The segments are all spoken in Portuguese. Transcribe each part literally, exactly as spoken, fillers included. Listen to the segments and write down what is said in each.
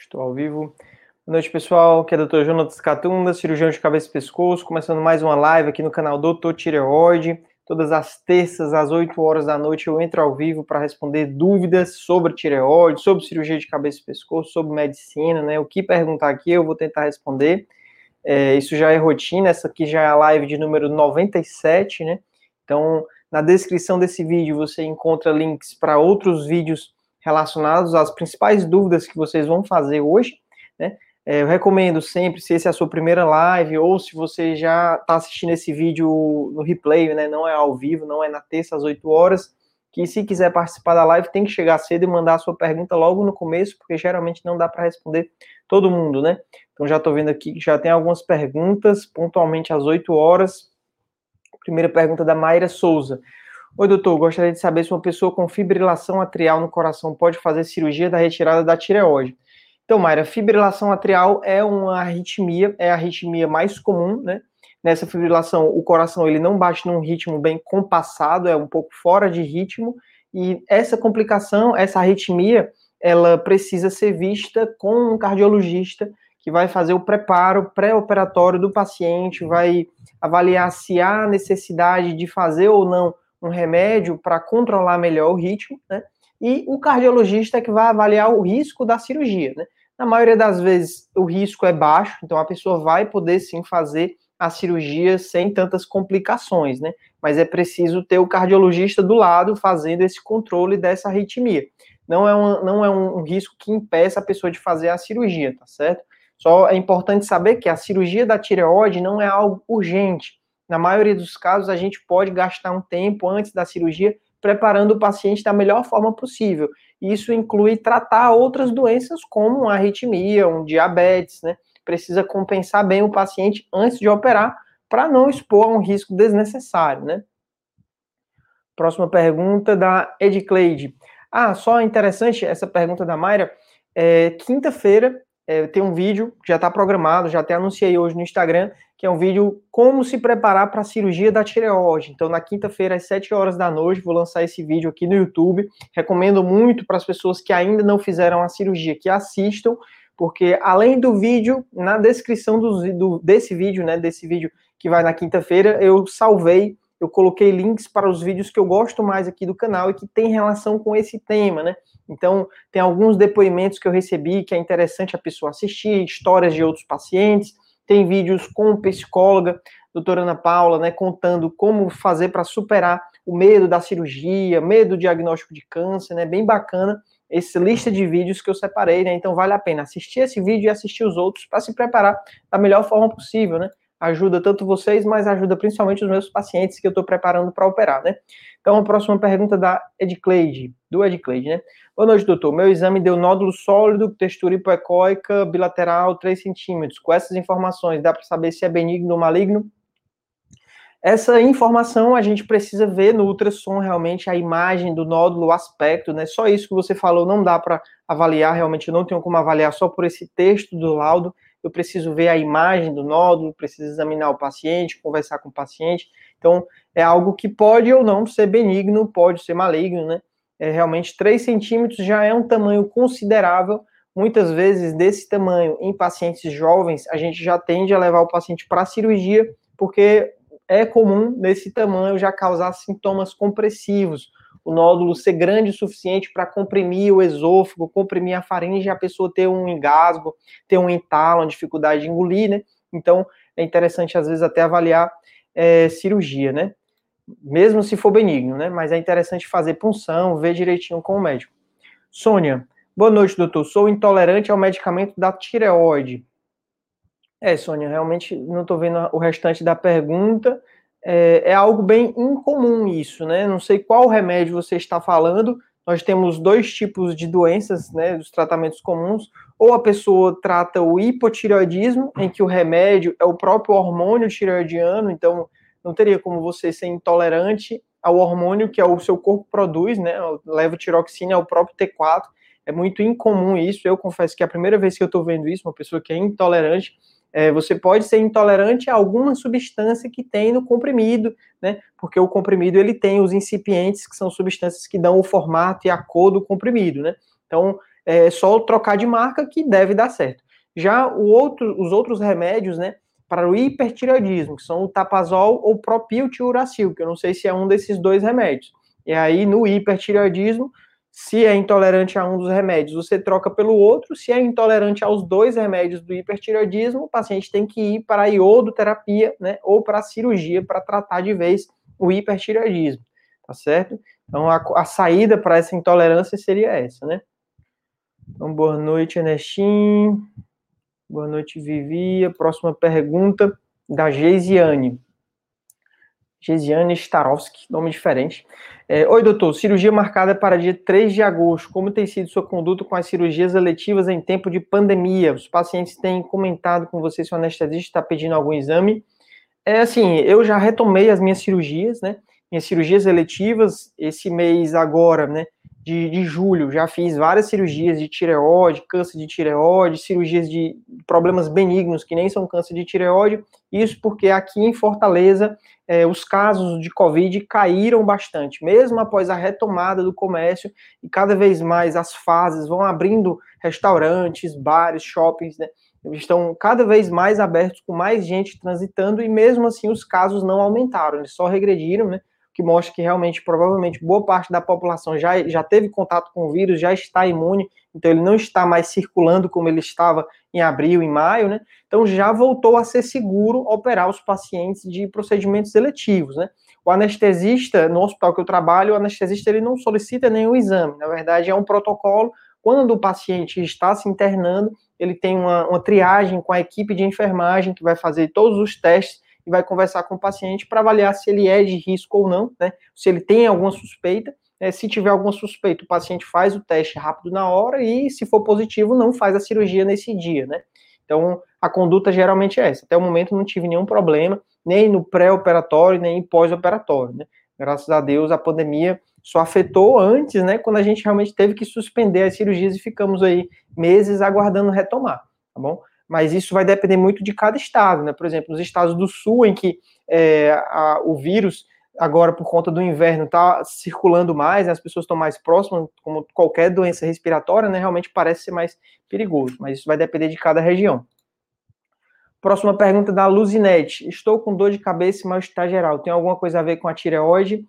Estou ao vivo. Boa noite, pessoal. Aqui é o doutor Jonatas Catunda, cirurgião de cabeça e pescoço, começando mais uma live aqui no canal doutor Tireoide. Todas as terças, às oito horas da noite, eu entro ao vivo para responder dúvidas sobre tireoide, sobre cirurgia de cabeça e pescoço, sobre medicina, né? O que perguntar aqui, eu vou tentar responder. É, isso já é rotina, essa aqui já é a live de número noventa e sete, né? Então, na descrição desse vídeo, você encontra links para outros vídeos relacionados às principais dúvidas que vocês vão fazer hoje, né? É, eu recomendo sempre, se essa é a sua primeira live, ou se você já está assistindo esse vídeo no replay, né, não é ao vivo, não é na terça às oito horas, que se quiser participar da live, tem que chegar cedo e mandar a sua pergunta logo no começo, porque geralmente não dá para responder todo mundo, né? Então já estou vendo aqui que já tem algumas perguntas, pontualmente às oito horas. Primeira pergunta da Mayra Souza. Oi, doutor, gostaria de saber se uma pessoa com fibrilação atrial no coração pode fazer cirurgia da retirada da tireoide. Então, Mayra, fibrilação atrial é uma arritmia, é a arritmia mais comum, né? Nessa fibrilação, o coração ele não bate num ritmo bem compassado, é um pouco fora de ritmo, e essa complicação, essa arritmia, ela precisa ser vista com um cardiologista que vai fazer o preparo pré-operatório do paciente, vai avaliar se há necessidade de fazer ou não um remédio para controlar melhor o ritmo, né? E o cardiologista é que vai avaliar o risco da cirurgia, né? Na maioria das vezes, o risco é baixo, então a pessoa vai poder sim fazer a cirurgia sem tantas complicações, né? Mas é preciso ter o cardiologista do lado fazendo esse controle dessa arritmia. Não é um, não é um, um risco que impeça a pessoa de fazer a cirurgia, tá certo? Só é importante saber que a cirurgia da tireoide não é algo urgente. Na maioria dos casos, a gente pode gastar um tempo antes da cirurgia preparando o paciente da melhor forma possível. Isso inclui tratar outras doenças como uma arritmia, um diabetes, né? Precisa compensar bem o paciente antes de operar para não expor a um risco desnecessário, né? Próxima pergunta da Edcleide. Ah, só interessante essa pergunta da Mayra. É, quinta-feira é, tem um vídeo, já está programado, já até anunciei hoje no Instagram, que é um vídeo como se preparar para a cirurgia da tireoide. Então, na quinta-feira, às sete horas da noite, vou lançar esse vídeo aqui no YouTube. Recomendo muito para as pessoas que ainda não fizeram a cirurgia, que assistam, porque além do vídeo, na descrição do, do, desse vídeo, né, desse vídeo que vai na quinta-feira, eu salvei, eu coloquei links para os vídeos que eu gosto mais aqui do canal e que tem relação com esse tema, né? Então, tem alguns depoimentos que eu recebi que é interessante a pessoa assistir, histórias de outros pacientes, tem vídeos com psicóloga, doutora Ana Paula, né, contando como fazer para superar o medo da cirurgia, medo do diagnóstico de câncer, né, bem bacana essa lista de vídeos que eu separei, né, então vale a pena assistir esse vídeo e assistir os outros para se preparar da melhor forma possível, né, ajuda tanto vocês, mas ajuda principalmente os meus pacientes que eu estou preparando para operar, né. Então, a próxima pergunta da Edcleide, do Edcleide, né. Boa noite, doutor. Meu exame deu nódulo sólido, textura hipoecóica, bilateral, três centímetros. Com essas informações, dá para saber se é benigno ou maligno? Essa informação a gente precisa ver no ultrassom realmente a imagem do nódulo, o aspecto, né? Só isso que você falou não dá para avaliar, realmente eu não tenho como avaliar só por esse texto do laudo. Eu preciso ver a imagem do nódulo, preciso examinar o paciente, conversar com o paciente. Então, é algo que pode ou não ser benigno, pode ser maligno, né? É, realmente, três centímetros já é um tamanho considerável. Muitas vezes, desse tamanho, em pacientes jovens, a gente já tende a levar o paciente para a cirurgia, porque é comum, nesse tamanho, já causar sintomas compressivos. O nódulo ser grande o suficiente para comprimir o esôfago, comprimir a faringe e a pessoa ter um engasgo, ter um entalo, uma dificuldade de engolir, né? Então, é interessante, às vezes, até avaliar é, cirurgia, né? Mesmo se for benigno, né? Mas é interessante fazer punção, ver direitinho com o médico. Sônia, boa noite, doutor. Sou intolerante ao medicamento da tireoide. É, Sônia, realmente não estou vendo o restante da pergunta. É, é algo bem incomum isso, né? Não sei qual remédio você está falando. Nós temos dois tipos de doenças, né, dos tratamentos comuns. Ou a pessoa trata o hipotireoidismo, em que o remédio é o próprio hormônio tireoidiano, então não teria como você ser intolerante ao hormônio que é o seu corpo produz, né? Levotiroxina é o próprio T quatro. É muito incomum isso. Eu confesso que é a primeira vez que eu estou vendo isso, uma pessoa que é intolerante. É, você pode ser intolerante a alguma substância que tem no comprimido, né? Porque o comprimido ele tem os incipientes, que são substâncias que dão o formato e a cor do comprimido, né? Então, é só trocar de marca que deve dar certo. Já o outro, os outros remédios, né, para o hipertireoidismo, que são o Tapazol ou Propiltiuracil, que eu não sei se é um desses dois remédios. E aí, no hipertireoidismo, se é intolerante a um dos remédios, você troca pelo outro. Se é intolerante aos dois remédios do hipertireoidismo, o paciente tem que ir para a iodoterapia, né, ou para a cirurgia para tratar de vez o hipertireoidismo, tá certo? Então, a, a saída para essa intolerância seria essa, né? Então, boa noite, Ernestim. Boa noite, Vivi. A próxima pergunta da Geisiane. Geisiane Starowski, nome diferente. É, Oi, doutor. Cirurgia marcada para dia três de agosto. Como tem sido sua conduta com as cirurgias eletivas em tempo de pandemia? Os pacientes têm comentado com você se o anestesista está pedindo algum exame. É assim, eu já retomei as minhas cirurgias, né? Minhas cirurgias eletivas, esse mês agora, né? De, de julho, já fiz várias cirurgias de tireoide, câncer de tireoide, cirurgias de problemas benignos que nem são câncer de tireoide. Isso porque aqui em Fortaleza, é, os casos de Covid caíram bastante, mesmo após a retomada do comércio, e cada vez mais as fases vão abrindo restaurantes, bares, shoppings, né? Eles estão cada vez mais abertos, com mais gente transitando, e mesmo assim os casos não aumentaram, eles só regrediram, né? O que mostra que realmente, provavelmente, boa parte da população já, já teve contato com o vírus, já está imune, então ele não está mais circulando como ele estava em abril, em maio, né? Então já voltou a ser seguro operar os pacientes de procedimentos eletivos, né? O anestesista, no hospital que eu trabalho, o anestesista ele não solicita nenhum exame, na verdade é um protocolo. Quando o paciente está se internando, ele tem uma, uma triagem com a equipe de enfermagem que vai fazer todos os testes e vai conversar com o paciente para avaliar se ele é de risco ou não, né? Se ele tem alguma suspeita. Né? Se tiver alguma suspeita, o paciente faz o teste rápido na hora e, se for positivo, não faz a cirurgia nesse dia, né? Então, a conduta geralmente é essa. Até o momento não tive nenhum problema, nem no pré-operatório, nem pós-operatório, né? Graças a Deus, a pandemia só afetou antes, né, quando a gente realmente teve que suspender as cirurgias e ficamos aí meses aguardando retomar, tá bom? Mas isso vai depender muito de cada estado, né? Por exemplo, nos estados do sul, em que é, a, o vírus, agora por conta do inverno, está circulando mais, né, as pessoas estão mais próximas, como qualquer doença respiratória, né, realmente parece ser mais perigoso, mas isso vai depender de cada região. Próxima pergunta da Luzinete. Estou com dor de cabeça e mal-estar geral. Tem alguma coisa a ver com a tireoide?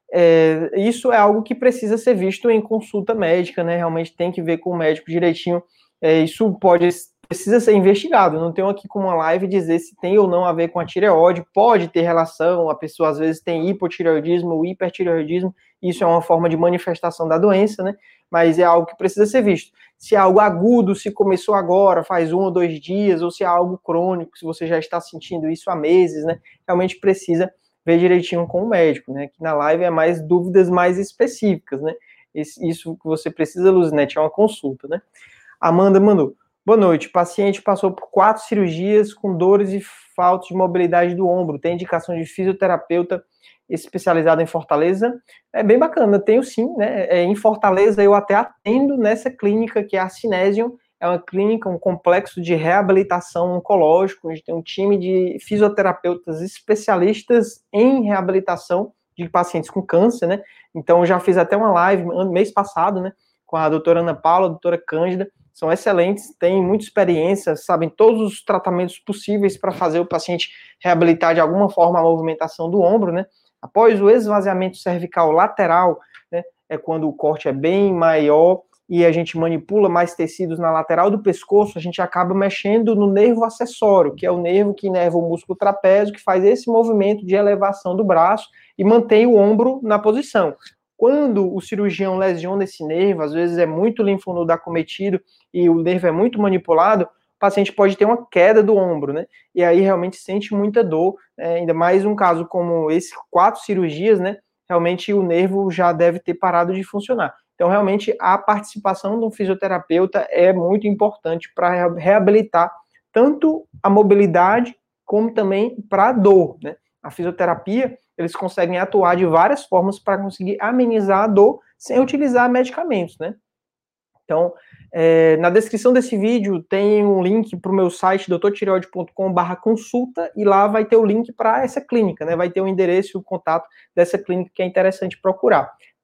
É, isso é algo que precisa ser visto em consulta médica, né? Realmente tem que ver com o médico direitinho. É, isso pode, precisa ser investigado. Não tenho aqui como uma live dizer se tem ou não a ver com a tireoide. Pode ter relação, a pessoa às vezes tem hipotireoidismo ou hipertireoidismo. Isso é uma forma de manifestação da doença, né? Mas é algo que precisa ser visto. Se é algo agudo, se começou agora, faz um ou dois dias, ou se é algo crônico, se você já está sentindo isso há meses, né? Realmente precisa ver direitinho com o médico, né? Aqui na live é mais dúvidas mais específicas, né? Esse, isso que você precisa, Luzinete, é uma consulta, né? Amanda mandou. Boa noite. O paciente passou por quatro cirurgias com dores e falta de mobilidade do ombro. Tem indicação de fisioterapeuta especializado em Fortaleza? É bem bacana. Tenho sim, né? É, em Fortaleza eu até atendo nessa clínica que é a Cinesium. É uma clínica, um complexo de reabilitação oncológico. A gente tem um time de fisioterapeutas especialistas em reabilitação de pacientes com câncer, né? Então, eu já fiz até uma live mês passado, né? Com a doutora Ana Paula, a doutora Cândida. São excelentes, têm muita experiência, sabem todos os tratamentos possíveis para fazer o paciente reabilitar de alguma forma a movimentação do ombro, né? Após o esvaziamento cervical lateral, né? É quando o corte é bem maior e a gente manipula mais tecidos na lateral do pescoço, a gente acaba mexendo no nervo acessório, que é o nervo que inerva o músculo trapézio, que faz esse movimento de elevação do braço e mantém o ombro na posição. Quando o cirurgião lesiona esse nervo, às vezes é muito linfonodo acometido e o nervo é muito manipulado, o paciente pode ter uma queda do ombro, né? E aí realmente sente muita dor, né? Ainda mais um caso como esse, quatro cirurgias, né? Realmente o nervo já deve ter parado de funcionar. Então, realmente, a participação de um fisioterapeuta é muito importante para reabilitar tanto a mobilidade como também para a dor, né? A fisioterapia, eles conseguem atuar de várias formas para conseguir amenizar a dor sem utilizar medicamentos, né? Então, é, na descrição desse vídeo tem um link para o meu site, doutor tireoide ponto com barra consulta, e lá vai ter o link para essa clínica, né? Vai ter o endereço e o contato dessa clínica que é interessante procurar, né?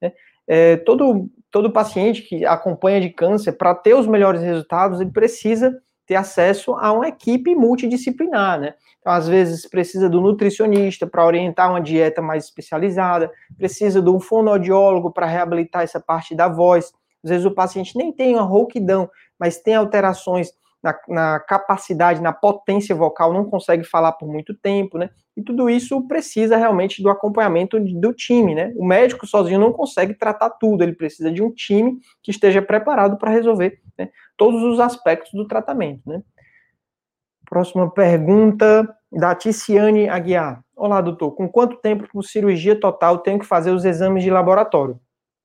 É, todo, todo paciente que acompanha de câncer, para ter os melhores resultados, ele precisa ter acesso a uma equipe multidisciplinar, né? Então, às vezes, precisa do nutricionista para orientar uma dieta mais especializada, precisa de um fonoaudiólogo para reabilitar essa parte da voz. Às vezes, o paciente nem tem uma rouquidão, mas tem alterações na, na capacidade, na potência vocal, não consegue falar por muito tempo, né? E tudo isso precisa realmente do acompanhamento do time, né? O médico sozinho não consegue tratar tudo, ele precisa de um time que esteja preparado para resolver, né, todos os aspectos do tratamento, né? Próxima pergunta da Ticiane Aguiar. Olá, doutor. Com quanto tempo por cirurgia total tenho que fazer os exames de laboratório?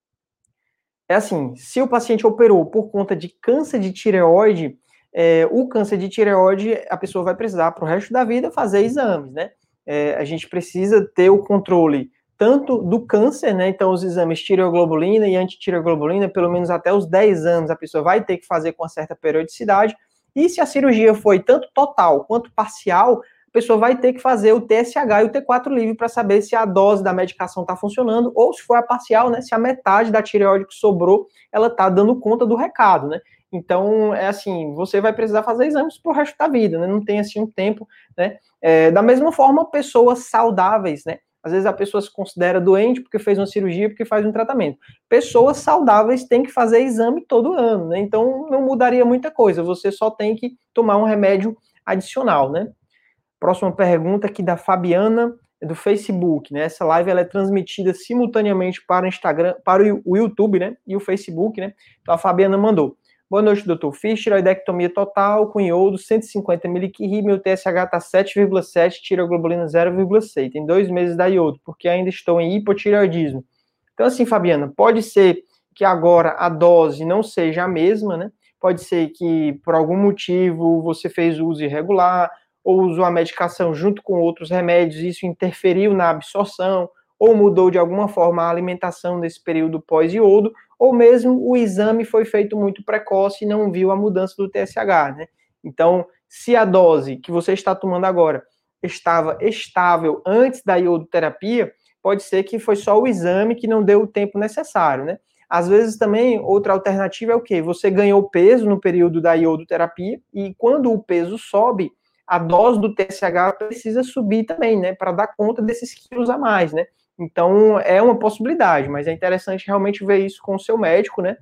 É assim, se o paciente operou por conta de câncer de tireoide, é, o câncer de tireoide, a pessoa vai precisar para o resto da vida fazer exames, né? É, a gente precisa ter o controle tanto do câncer, né? Então, os exames tireoglobulina e antitireoglobulina, pelo menos até os dez anos, a pessoa vai ter que fazer com uma certa periodicidade. E se a cirurgia foi tanto total quanto parcial, a pessoa vai ter que fazer o T S H e o T quatro livre para saber se a dose da medicação está funcionando ou se foi a parcial, né? Se a metade da tireoide que sobrou, ela está dando conta do recado, né? Então, é assim, você vai precisar fazer exames pro resto da vida, né? Não tem, assim, um tempo, né? É, da mesma forma, pessoas saudáveis, né? Às vezes a pessoa se considera doente porque fez uma cirurgia, porque faz um tratamento. Pessoas saudáveis têm que fazer exame todo ano, né? Então, não mudaria muita coisa. Você só tem que tomar um remédio adicional, né? Próxima pergunta aqui da Fabiana, do Facebook, né? Essa live ela é transmitida simultaneamente para o Instagram, para o YouTube, né? E o Facebook, né? Então a Fabiana mandou. Boa noite, doutor. Fiz tiroidectomia total com iodo, cento e cinquenta miliquiri, meu T S H está sete vírgula sete, tireoglobulina zero vírgula seis. Tem dois meses da iodo, porque ainda estou em hipotireoidismo. Então, assim, Fabiana, pode ser que agora a dose não seja a mesma, né? Pode ser que, por algum motivo, você fez uso irregular, ou usou a medicação junto com outros remédios, isso interferiu na absorção, ou mudou de alguma forma a alimentação nesse período pós-iodo, ou mesmo o exame foi feito muito precoce e não viu a mudança do T S H, né? Então, se a dose que você está tomando agora estava estável antes da iodoterapia, pode ser que foi só o exame que não deu o tempo necessário, né? Às vezes também, outra alternativa é o quê? Você ganhou peso no período da iodoterapia e quando o peso sobe, a dose do T S H precisa subir também, né? Para dar conta desses quilos a mais, né? Então, é uma possibilidade, mas é interessante realmente ver isso com o seu médico, né?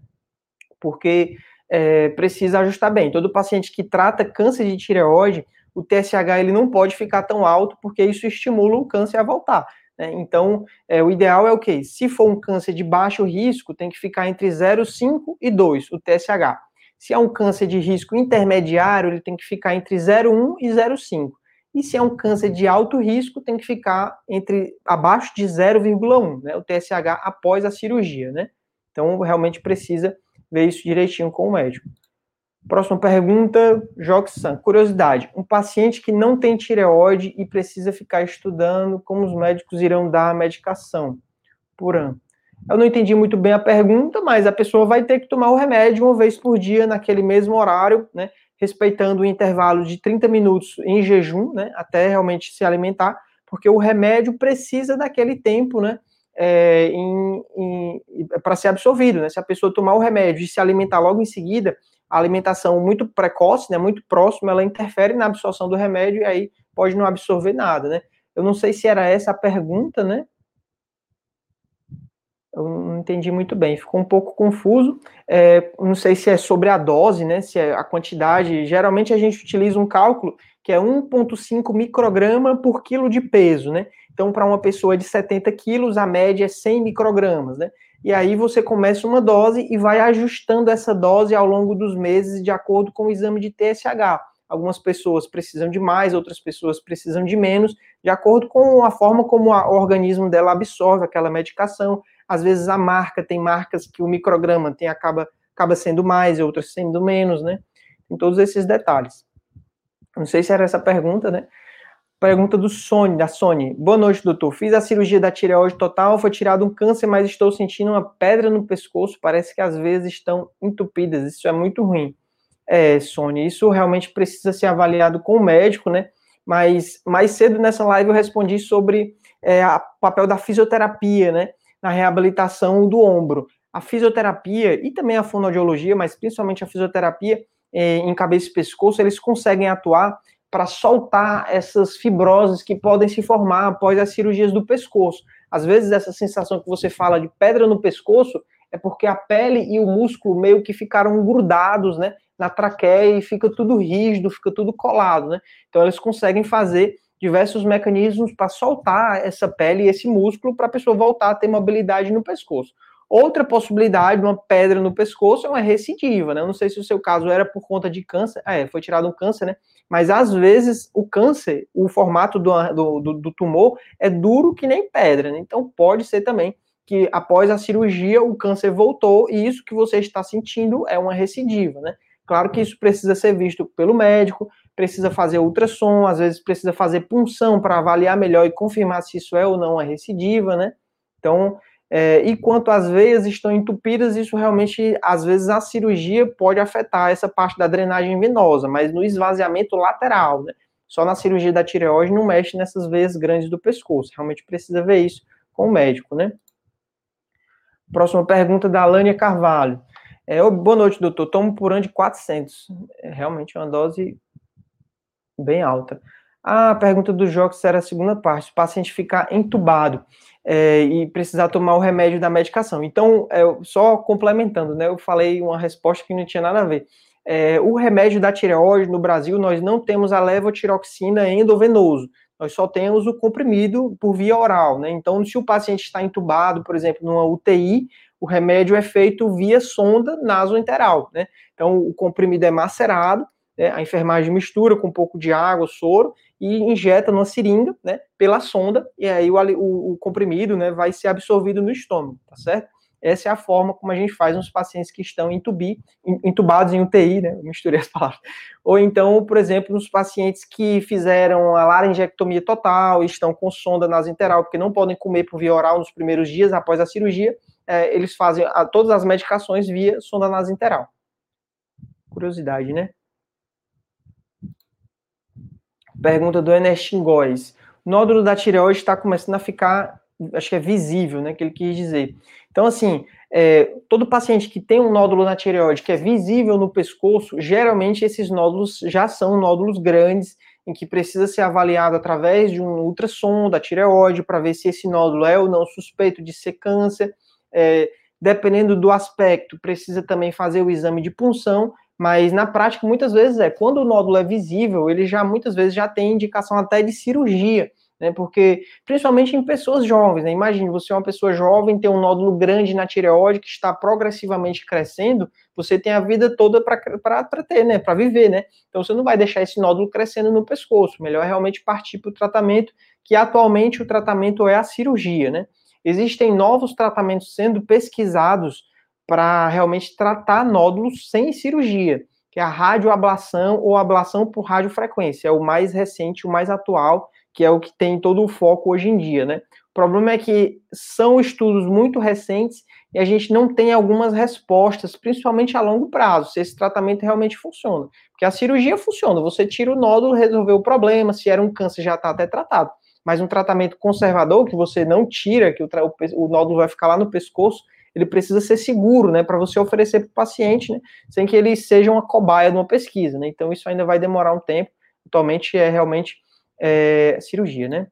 Porque é, precisa ajustar bem. Todo paciente que trata câncer de tireoide, o T S H ele não pode ficar tão alto, porque isso estimula o câncer a voltar. Né? Então, é, o ideal é o quê? Se for um câncer de baixo risco, tem que ficar entre zero vírgula cinco e dois, o T S H. Se é um câncer de risco intermediário, ele tem que ficar entre zero vírgula um e zero vírgula cinco. E se é um câncer de alto risco, tem que ficar entre abaixo de zero vírgula um, né, o T S H após a cirurgia, né? Então, realmente precisa ver isso direitinho com o médico. Próxima pergunta, Joxan. Curiosidade, um paciente que não tem tireoide e precisa ficar estudando como os médicos irão dar a medicação por ano. Eu não entendi muito bem a pergunta, mas a pessoa vai ter que tomar o remédio uma vez por dia, naquele mesmo horário, né, respeitando o intervalo de trinta minutos em jejum, né, até realmente se alimentar, porque o remédio precisa daquele tempo, né, é, para ser absorvido, né, se a pessoa tomar o remédio e se alimentar logo em seguida, a alimentação muito precoce, né, muito próxima, ela interfere na absorção do remédio e aí pode não absorver nada, né. Eu não sei se era essa a pergunta, né, eu não entendi muito bem, ficou um pouco confuso. É, não sei se é sobre a dose, né? Se é a quantidade. Geralmente a gente utiliza um cálculo que é um vírgula cinco micrograma por quilo de peso, né? Então, para uma pessoa de setenta quilos, a média é cem microgramas, né? E aí você começa uma dose e vai ajustando essa dose ao longo dos meses de acordo com o exame de T S H. Algumas pessoas precisam de mais, outras pessoas precisam de menos, de acordo com a forma como a, o organismo dela absorve aquela medicação. Às vezes a marca, tem marcas que o micrograma tem, acaba, acaba sendo mais, outras sendo menos, né? Tem todos esses detalhes. Não sei se era essa pergunta, né? Pergunta do Sony, da Sony. Boa noite, doutor. Fiz a cirurgia da tireoide total, foi tirado um câncer, mas estou sentindo uma pedra no pescoço, parece que às vezes estão entupidas. Isso é muito ruim. É, Sony, isso realmente precisa ser avaliado com o médico, né? Mas mais cedo nessa live eu respondi sobre é, o papel da fisioterapia, né? na reabilitação do ombro. A fisioterapia e também a fonoaudiologia, mas principalmente a fisioterapia eh, em cabeça e pescoço, eles conseguem atuar para soltar essas fibroses que podem se formar após as cirurgias do pescoço. Às vezes, essa sensação que você fala de pedra no pescoço é porque a pele e o músculo meio que ficaram grudados, né, na traqueia e fica tudo rígido, fica tudo colado, né? Então, eles conseguem fazer diversos mecanismos para soltar essa pele e esse músculo para a pessoa voltar a ter mobilidade no pescoço. Outra possibilidade, uma pedra no pescoço, é uma recidiva, né? Eu não sei se o seu caso era por conta de câncer, ah, é, foi tirado um câncer, né? Mas às vezes o câncer, o formato do, do, do tumor é duro que nem pedra, né? Então pode ser também que após a cirurgia o câncer voltou e isso que você está sentindo é uma recidiva, né? Claro que isso precisa ser visto pelo médico, precisa fazer ultrassom, às vezes precisa fazer punção para avaliar melhor e confirmar se isso é ou não uma recidiva, né? Então, é, e quanto às veias estão entupidas, isso realmente, às vezes, a cirurgia pode afetar essa parte da drenagem venosa, mas no esvaziamento lateral, né? Só na cirurgia da tireoide não mexe nessas veias grandes do pescoço. Realmente precisa ver isso com o médico, né? Próxima pergunta da Alânia Carvalho. É, oh, boa noite, doutor. Tomo por ano de quatrocentos. É realmente uma dose bem alta. A pergunta do Jox era a segunda parte. Se o paciente ficar entubado é, e precisar tomar o remédio da medicação. Então, é, só complementando, né? Eu falei uma resposta que não tinha nada a ver. É, o remédio da tireoide no Brasil, nós não temos a levotiroxina endovenoso. Nós só temos o comprimido por via oral, né? Então, se o paciente está entubado, por exemplo, numa U T I, o remédio é feito via sonda nasoenteral, né? Então, o comprimido é macerado, né? A enfermagem mistura com um pouco de água, soro, e injeta numa seringa, né, pela sonda, e aí o, o, o comprimido, né, vai ser absorvido no estômago, tá certo? Essa é a forma como a gente faz nos pacientes que estão entubi, entubados em U T I, né, eu misturei as palavras. Ou então, por exemplo, nos pacientes que fizeram a laringectomia total e estão com sonda nasoenteral, porque não podem comer por via oral nos primeiros dias após a cirurgia, é, eles fazem a, todas as medicações via sonda nasoenteral. Curiosidade, né? Pergunta do Ernestin Góes. O nódulo da tireoide está começando a ficar, acho que é visível, né, que ele quis dizer. Então, assim, é, todo paciente que tem um nódulo na tireoide que é visível no pescoço, geralmente esses nódulos já são nódulos grandes, em que precisa ser avaliado através de um ultrassom da tireoide para ver se esse nódulo é ou não suspeito de ser câncer. É, dependendo do aspecto, precisa também fazer o exame de punção, mas na prática, muitas vezes é, quando o nódulo é visível, ele já, muitas vezes, já tem indicação até de cirurgia, né, porque, principalmente em pessoas jovens, né, imagine, você é uma pessoa jovem, tem um nódulo grande na tireoide que está progressivamente crescendo, você tem a vida toda para ter, né, para viver, né, então você não vai deixar esse nódulo crescendo no pescoço, melhor é realmente partir para o tratamento, que atualmente o tratamento é a cirurgia, né. Existem novos tratamentos sendo pesquisados para realmente tratar nódulos sem cirurgia, que é a radioablação ou ablação por radiofrequência, é o mais recente, o mais atual, que é o que tem todo o foco hoje em dia, né? O problema é que são estudos muito recentes e a gente não tem algumas respostas, principalmente a longo prazo, se esse tratamento realmente funciona. Porque a cirurgia funciona, você tira o nódulo, resolveu o problema, se era um câncer já está até tratado. Mas um tratamento conservador, que você não tira, que o, o nódulo vai ficar lá no pescoço, ele precisa ser seguro, né, para você oferecer para o paciente, né, sem que ele seja uma cobaia de uma pesquisa, né, então isso ainda vai demorar um tempo, atualmente é realmente é, cirurgia, né.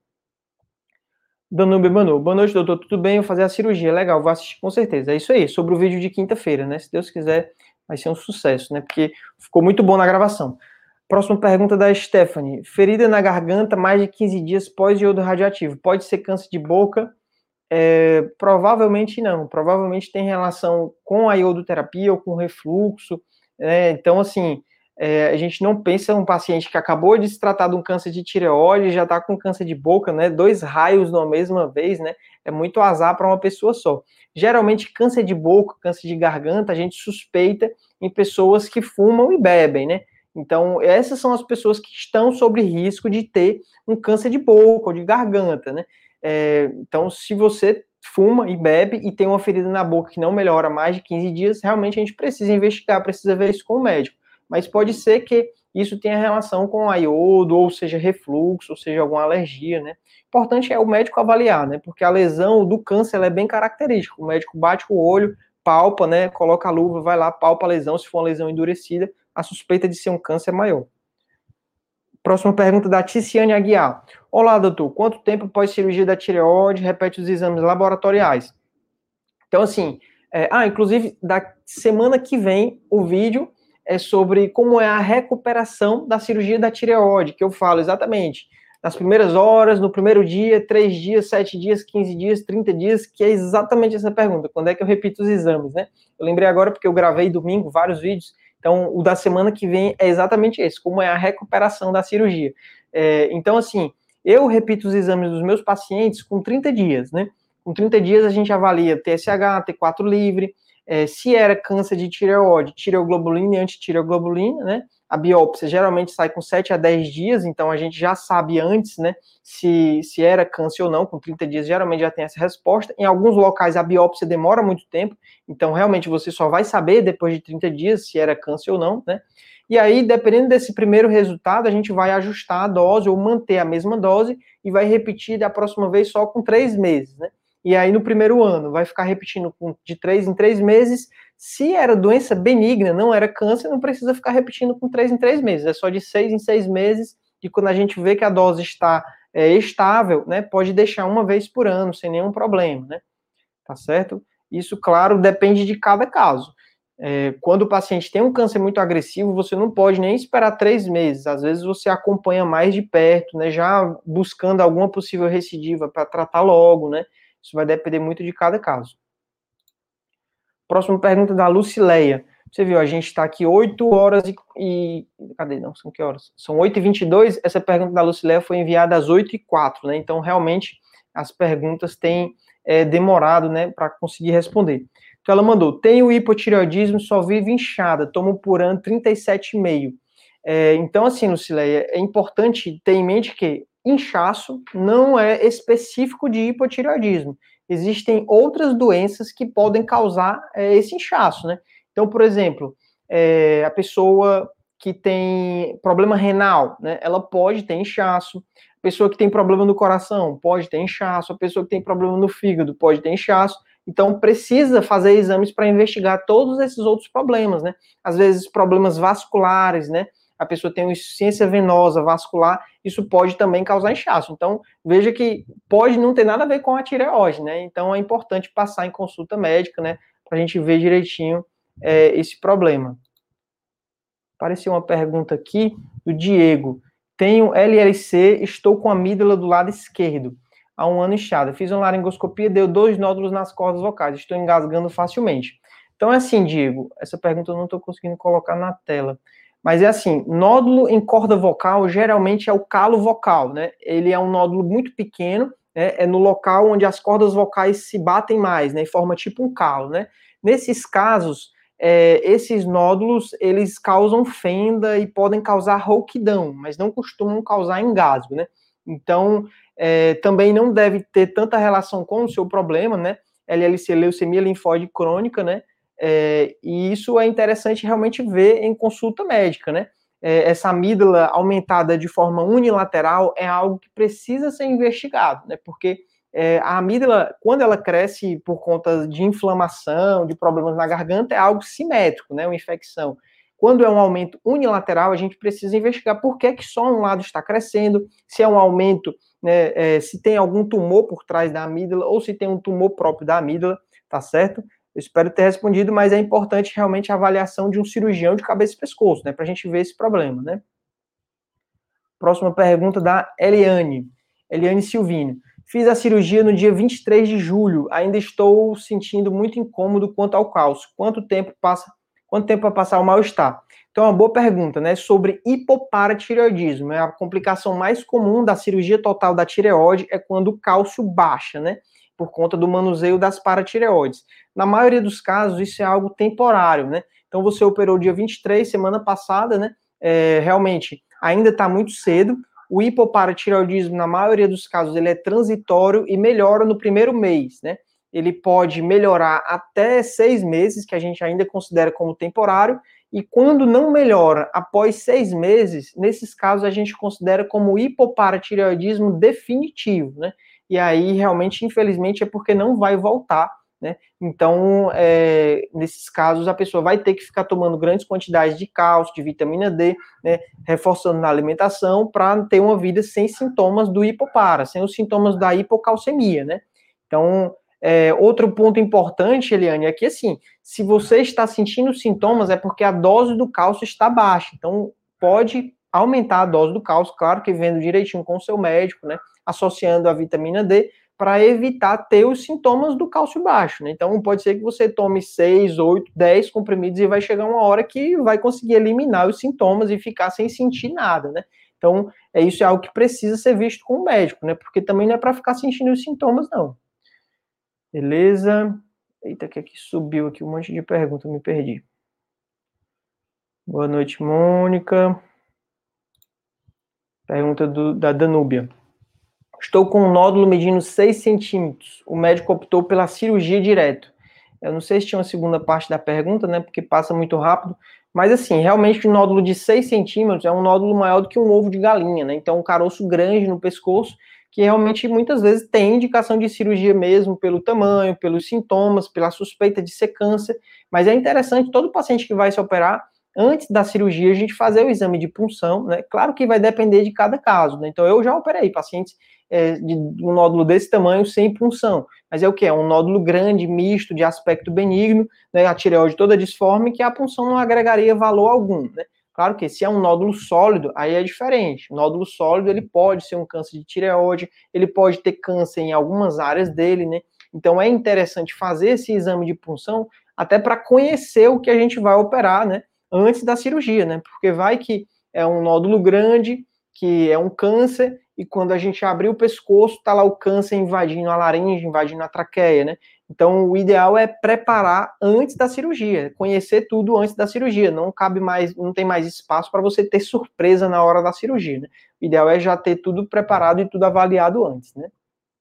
Danube Manu, boa noite, doutor, tudo bem, vou fazer a cirurgia, legal, vou assistir com certeza, é isso aí, sobre o vídeo de quinta-feira, né, se Deus quiser, vai ser um sucesso, né, porque ficou muito bom na gravação. Próxima pergunta da Stephanie, ferida na garganta mais de quinze dias pós-iodo radioativo, pode ser câncer de boca? É, provavelmente não, provavelmente tem relação com a iodoterapia ou com refluxo, né? Então, assim, é, a gente não pensa um paciente que acabou de se tratar de um câncer de tireoide, já está com câncer de boca, né? Dois raios na mesma vez, né? É muito azar para uma pessoa só. Geralmente, câncer de boca, câncer de garganta, a gente suspeita em pessoas que fumam e bebem, né? Então, essas são as pessoas que estão sob risco de ter um câncer de boca ou de garganta, né? É, então, se você fuma e bebe e tem uma ferida na boca que não melhora há mais de quinze dias, realmente a gente precisa investigar, precisa ver isso com o médico. Mas pode ser que isso tenha relação com a iodo, ou seja, refluxo, ou seja, alguma alergia, né? Importante é o médico avaliar, né? Porque a lesão do câncer ela é bem característica. O médico bate o olho, palpa, né? Coloca a luva, vai lá, palpa a lesão. Se for uma lesão endurecida, a suspeita de ser um câncer é maior. Próxima pergunta da Ticiane Aguiar. Olá, doutor. Quanto tempo após cirurgia da tireoide repete os exames laboratoriais? Então, assim, é, ah, inclusive, da semana que vem, o vídeo é sobre como é a recuperação da cirurgia da tireoide, que eu falo exatamente nas primeiras horas, no primeiro dia, três dias, sete dias, quinze dias, trinta dias, que é exatamente essa pergunta. Quando é que eu repito os exames, né? Eu lembrei agora porque eu gravei domingo vários vídeos. Então, o da semana que vem é exatamente esse, como é a recuperação da cirurgia. É, então, assim, eu repito os exames dos meus pacientes com trinta dias, né? Com trinta dias a gente avalia T S H, T quatro livre, é, se era câncer de tireoide, tireoglobulina e antitireoglobulina, né? A biópsia geralmente sai com sete a dez dias, então a gente já sabe antes, né, se, se era câncer ou não, com trinta dias geralmente já tem essa resposta. Em alguns locais a biópsia demora muito tempo, então realmente você só vai saber depois de trinta dias se era câncer ou não, né? E aí, dependendo desse primeiro resultado, a gente vai ajustar a dose ou manter a mesma dose e vai repetir da próxima vez só com três meses, né? E aí, no primeiro ano, vai ficar repetindo de três em três meses. Se era doença benigna, não era câncer, não precisa ficar repetindo com três em três meses. É só de seis em seis meses. E quando a gente vê que a dose está é, estável, né, pode deixar uma vez por ano, sem nenhum problema, né? Tá certo? Isso, claro, depende de cada caso. É, quando o paciente tem um câncer muito agressivo, você não pode nem esperar três meses. Às vezes você acompanha mais de perto, né, já buscando alguma possível recidiva para tratar logo, né? Isso vai depender muito de cada caso. Próxima pergunta da Lucileia. Você viu, a gente está aqui oito horas e, e... Cadê? Não, são que horas? São oito e vinte e dois. Essa pergunta da Lucileia foi enviada às oito e quatro, né? Então, realmente, as perguntas têm é, demorado, né, para conseguir responder. Então, ela mandou, tenho hipotireoidismo, só vivo inchada, tomo por ano trinta e sete vírgula cinco. É, então, assim, Lucileia, é importante ter em mente que inchaço não é específico de hipotireoidismo. Existem outras doenças que podem causar é, esse inchaço, né? Então, por exemplo, é, a pessoa que tem problema renal, né? Ela pode ter inchaço. A pessoa que tem problema no coração pode ter inchaço. A pessoa que tem problema no fígado pode ter inchaço. Então, precisa fazer exames para investigar todos esses outros problemas, né? Às vezes, problemas vasculares, né? A pessoa tem uma insuficiência venosa vascular, isso pode também causar inchaço. Então, veja que pode não ter nada a ver com a tireoide, né? Então, é importante passar em consulta médica, né? Para a gente ver direitinho é, esse problema. Apareceu uma pergunta aqui do Diego. Tenho L L C, estou com a amígdala do lado esquerdo. Há um ano inchada. Fiz uma laringoscopia, deu dois nódulos nas cordas vocais. Estou engasgando facilmente. Então, é assim, Diego, essa pergunta eu não estou conseguindo colocar na tela. Mas é assim, nódulo em corda vocal geralmente é o calo vocal, né? Ele é um nódulo muito pequeno, né? É no local onde as cordas vocais se batem mais, né? E forma tipo um calo, né? Nesses casos, é, esses nódulos, eles causam fenda e podem causar rouquidão, mas não costumam causar engasgo, né? Então, é, também não deve ter tanta relação com o seu problema, né? L L C, leucemia linfóide crônica, né? É, e isso é interessante realmente ver em consulta médica, né? É, essa amígdala aumentada de forma unilateral é algo que precisa ser investigado, né? Porque é, a amígdala, quando ela cresce por conta de inflamação, de problemas na garganta, é algo simétrico, né? Uma infecção. Quando é um aumento unilateral, a gente precisa investigar por que, que só um lado está crescendo, se é um aumento, né, é, se tem algum tumor por trás da amígdala ou se tem um tumor próprio da amígdala, tá certo? Eu espero ter respondido, mas é importante realmente a avaliação de um cirurgião de cabeça e pescoço, né, para a gente ver esse problema, né? Próxima pergunta da Eliane, Eliane Silvino. Fiz a cirurgia no dia vinte e três de julho, ainda estou sentindo muito incômodo quanto ao cálcio. Quanto tempo passa, quanto tempo para passar o mal-estar? Então, é uma boa pergunta, né, sobre hipoparatireoidismo. É a complicação mais comum da cirurgia total da tireoide é quando o cálcio baixa, né, por conta do manuseio das paratireoides. Na maioria dos casos, isso é algo temporário, né? Então, você operou dia vinte e três, semana passada, né? É, realmente, ainda está muito cedo. O hipoparatireoidismo, na maioria dos casos, ele é transitório e melhora no primeiro mês, né? Ele pode melhorar até seis meses, que a gente ainda considera como temporário, E quando não melhora após seis meses, nesses casos a gente considera como hipoparatireoidismo definitivo, né? E aí, realmente, infelizmente, é porque não vai voltar, né? Então, é, nesses casos, a pessoa vai ter que ficar tomando grandes quantidades de cálcio, de vitamina D, né? Reforçando na alimentação para ter uma vida sem sintomas do hipopara, sem os sintomas da hipocalcemia, né? Então, é, outro ponto importante, Eliane, é que, assim, se você está sentindo sintomas, é porque a dose do cálcio está baixa. Então, pode aumentar a dose do cálcio, claro que vendo direitinho com o seu médico, né? Associando a vitamina D, para evitar ter os sintomas do cálcio baixo, né? Então, pode ser que você tome seis, oito, dez comprimidos e vai chegar uma hora que vai conseguir eliminar os sintomas e ficar sem sentir nada, né? Então, é, isso é algo que precisa ser visto com o médico, né? Porque também não é para ficar sentindo os sintomas, não. Beleza? Eita, que aqui subiu aqui um monte de perguntas, me perdi. Boa noite, Mônica. Pergunta do, da Danúbia. Estou com um nódulo medindo seis centímetros. O médico optou pela cirurgia direto. Eu não sei se tinha uma segunda parte da pergunta, né? Porque passa muito rápido. Mas, assim, realmente, um nódulo de seis centímetros é um nódulo maior do que um ovo de galinha, né? Então, um caroço grande no pescoço, que realmente, muitas vezes, tem indicação de cirurgia mesmo, pelo tamanho, pelos sintomas, pela suspeita de ser câncer. Mas é interessante, todo paciente que vai se operar, antes da cirurgia, a gente fazer o exame de punção, né? Claro que vai depender de cada caso, né? Então, eu já operei pacientes é, de um nódulo desse tamanho sem punção. Mas é o que? É um nódulo grande, misto, de aspecto benigno, né? A tireoide toda disforme, que a punção não agregaria valor algum, né? Claro que se é um nódulo sólido, aí é diferente. O nódulo sólido, ele pode ser um câncer de tireoide, ele pode ter câncer em algumas áreas dele, né? Então, é interessante fazer esse exame de punção até para conhecer o que a gente vai operar, né? Antes da cirurgia, né? Porque vai que é um nódulo grande, que é um câncer, e quando a gente abrir o pescoço, tá lá o câncer invadindo a laringe, invadindo a traqueia, né? Então, o ideal é preparar antes da cirurgia, conhecer tudo antes da cirurgia. Não cabe mais, não tem mais espaço para você ter surpresa na hora da cirurgia, né? O ideal é já ter tudo preparado e tudo avaliado antes, né?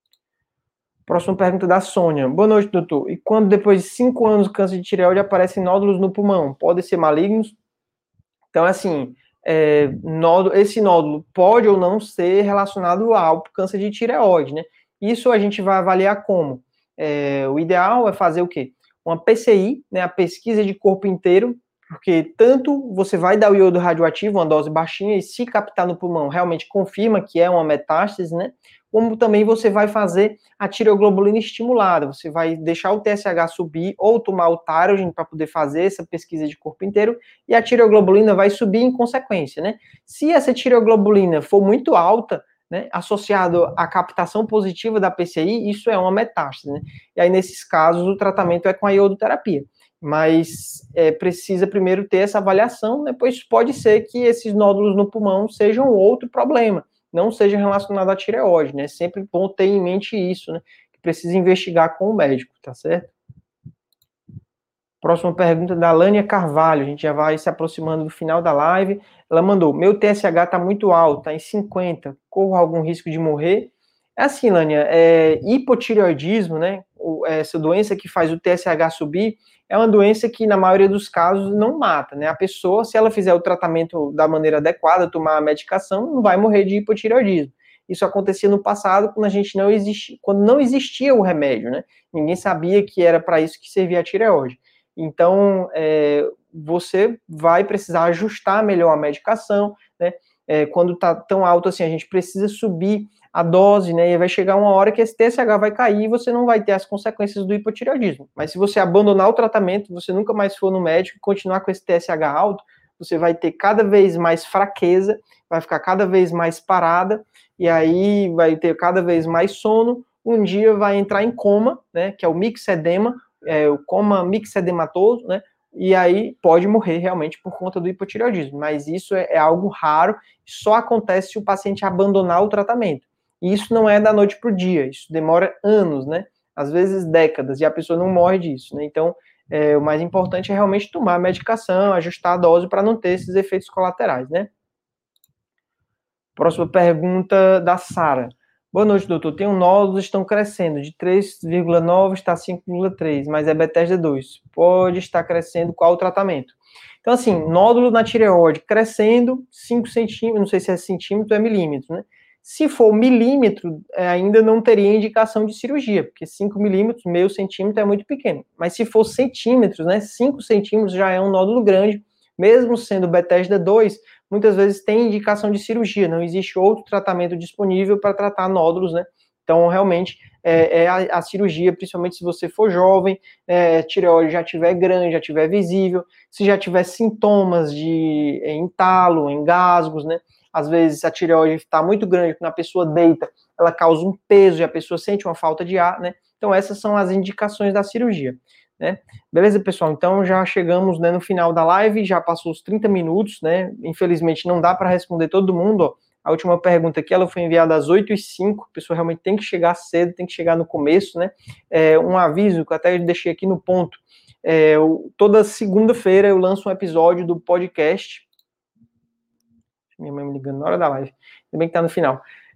Próxima pergunta da Sônia. Boa noite, doutor. E quando depois de cinco anos o câncer de tireoide aparecem nódulos no pulmão, podem ser malignos? Então, assim, é, nódulo, esse nódulo pode ou não ser relacionado ao câncer de tireoide, né? Isso a gente vai avaliar como? É, o ideal é fazer o quê? Uma P C I, né, a pesquisa de corpo inteiro, porque tanto você vai dar o iodo radioativo, uma dose baixinha, e se captar no pulmão, realmente confirma que é uma metástase, né? Como também você vai fazer a tireoglobulina estimulada, você vai deixar o T S H subir ou tomar o Thyrogen para poder fazer essa pesquisa de corpo inteiro, e a tireoglobulina vai subir em consequência, né? Se essa tireoglobulina for muito alta, né, associado à captação positiva da P C I, isso é uma metástase, né? E aí, nesses casos, o tratamento é com a iodoterapia. Mas é, precisa primeiro ter essa avaliação, né, pois pode ser que esses nódulos no pulmão sejam outro problema, não seja relacionado à tireoide, né? Sempre bom ter em mente isso, né? Que precisa investigar com o médico, tá certo? Próxima pergunta da Lânia Carvalho, a gente já vai se aproximando do final da live. Ela mandou, meu T S H está muito alto, tá em cinquenta, corro algum risco de morrer? É assim, Lânia, é, hipotireoidismo, né, essa doença que faz o T S H subir, é uma doença que, na maioria dos casos, não mata, né? A pessoa, se ela fizer o tratamento da maneira adequada, tomar a medicação, não vai morrer de hipotireoidismo. Isso acontecia no passado, quando a gente não existia, quando não existia o remédio, né? Ninguém sabia que era para isso que servia a tireoide. Então, é, você vai precisar ajustar melhor a medicação, né? É, quando está tão alto assim, a gente precisa subir a dose, né? E vai chegar uma hora que esse T S H vai cair e você não vai ter as consequências do hipotireoidismo. Mas se você abandonar o tratamento, você nunca mais for no médico e continuar com esse T S H alto, você vai ter cada vez mais fraqueza, vai ficar cada vez mais parada, e aí vai ter cada vez mais sono, um dia vai entrar em coma, né? Que é o mixedema, é, o coma mixedematoso, né? E aí pode morrer realmente por conta do hipotireoidismo. Mas isso é, é algo raro, só acontece se o paciente abandonar o tratamento. E isso não é da noite para o dia, isso demora anos, né? Às vezes décadas, e a pessoa não morre disso, né? Então, é, o mais importante é realmente tomar a medicação, ajustar a dose para não ter esses efeitos colaterais, né? Próxima pergunta da Sara. Boa noite, doutor. Tem um nódulos estão crescendo de três vírgula nove está cinco vírgula três, mas é Bethesda dois. Pode estar crescendo, qual o tratamento? Então, assim, nódulo na tireoide crescendo cinco centímetros, não sei se é centímetro ou é milímetro, né? Se for milímetro, ainda não teria indicação de cirurgia, porque cinco milímetros, meio centímetro é muito pequeno. Mas se for centímetros, né, cinco centímetros já é um nódulo grande, mesmo sendo Bethesda dois, muitas vezes tem indicação de cirurgia, não existe outro tratamento disponível para tratar nódulos, né? Então, realmente, é, é a, a cirurgia, principalmente se você for jovem, é, tireoide já estiver grande, já estiver visível, se já tiver sintomas de é, entalo, engasgos, né? Às vezes a tireoide está muito grande, quando a pessoa deita, ela causa um peso e a pessoa sente uma falta de ar, né? Então, essas são as indicações da cirurgia, né? Beleza, pessoal? Então, já chegamos, né, no final da live, já passou os trinta minutos, né? Infelizmente, não dá para responder todo mundo, ó. A última pergunta aqui, ela foi enviada às oito e cinco, a pessoa realmente tem que chegar cedo, tem que chegar no começo, né? É, um aviso que eu até deixei aqui no ponto, é, eu, toda segunda-feira eu lanço um episódio do podcast. Minha mãe me ligando na hora da live, ainda bem que tá no final.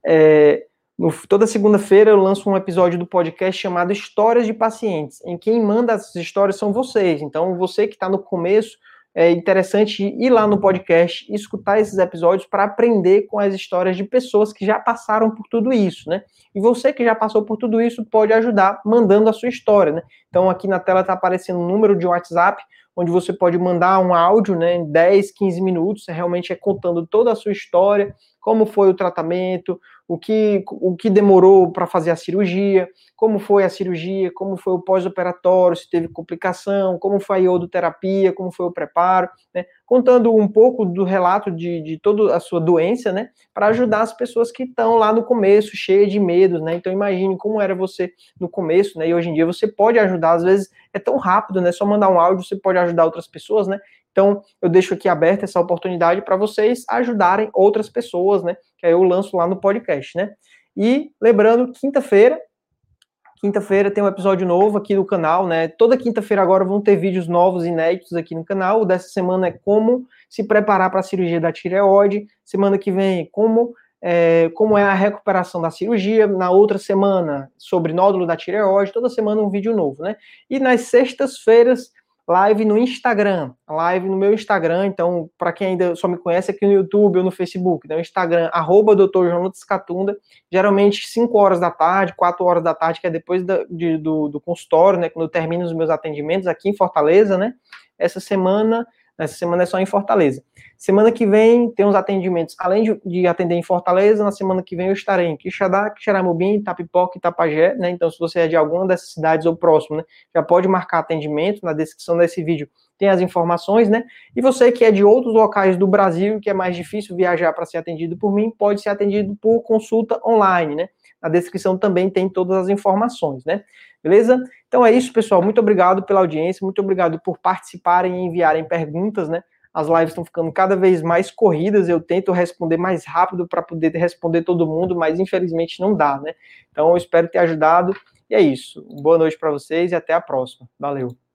É, no, toda segunda-feira eu lanço um episódio do podcast chamado Histórias de Pacientes, em quem manda essas histórias são vocês. Então, você que está no começo, é interessante ir lá no podcast e escutar esses episódios para aprender com as histórias de pessoas que já passaram por tudo isso, né? E você que já passou por tudo isso pode ajudar mandando a sua história, né? Então, aqui na tela está aparecendo um número de WhatsApp, onde você pode mandar um áudio, né, em dez, quinze minutos, realmente é contando toda a sua história, como foi o tratamento, o que, o que demorou para fazer a cirurgia, como foi a cirurgia, como foi o pós-operatório, se teve complicação, como foi a iodoterapia, como foi o preparo, né, contando um pouco do relato de, de toda a sua doença, né, para ajudar as pessoas que estão lá no começo, cheias de medos, né, então imagine como era você no começo, né, e hoje em dia você pode ajudar, às vezes é tão rápido, né, só mandar um áudio, você pode ajudar outras pessoas, né, então eu deixo aqui aberta essa oportunidade para vocês ajudarem outras pessoas, né, que aí eu lanço lá no podcast, né, e lembrando, quinta-feira, Quinta-feira tem um episódio novo aqui no canal, né? Toda quinta-feira agora vão ter vídeos novos, inéditos aqui no canal. O dessa semana é como se preparar para a cirurgia da tireoide. Semana que vem, como, é, como é a recuperação da cirurgia. Na outra semana, sobre nódulo da tireoide. Toda semana um vídeo novo, né? E nas sextas-feiras, live no Instagram, live no meu Instagram, então, para quem ainda só me conhece aqui no YouTube ou no Facebook, no Instagram, arroba doutor Jonatas Catunda, geralmente cinco horas da tarde, quatro horas da tarde, que é depois da, de, do, do consultório, né, quando eu termino os meus atendimentos aqui em Fortaleza, né, essa semana, essa semana é só em Fortaleza. Semana que vem tem uns atendimentos, além de, de atender em Fortaleza, na semana que vem eu estarei em Quixadá, Quixeramobim, Itapipoca e Itapajé, né, então se você é de alguma dessas cidades ou próximo, né, já pode marcar atendimento, na descrição desse vídeo tem as informações, né, e você que é de outros locais do Brasil, que é mais difícil viajar para ser atendido por mim, pode ser atendido por consulta online, né, na descrição também tem todas as informações, né, beleza? Então é isso, pessoal, muito obrigado pela audiência, muito obrigado por participarem e enviarem perguntas, né, as lives estão ficando cada vez mais corridas, eu tento responder mais rápido para poder responder todo mundo, mas infelizmente não dá, né? Então eu espero ter ajudado, e é isso. Boa noite para vocês e até a próxima. Valeu!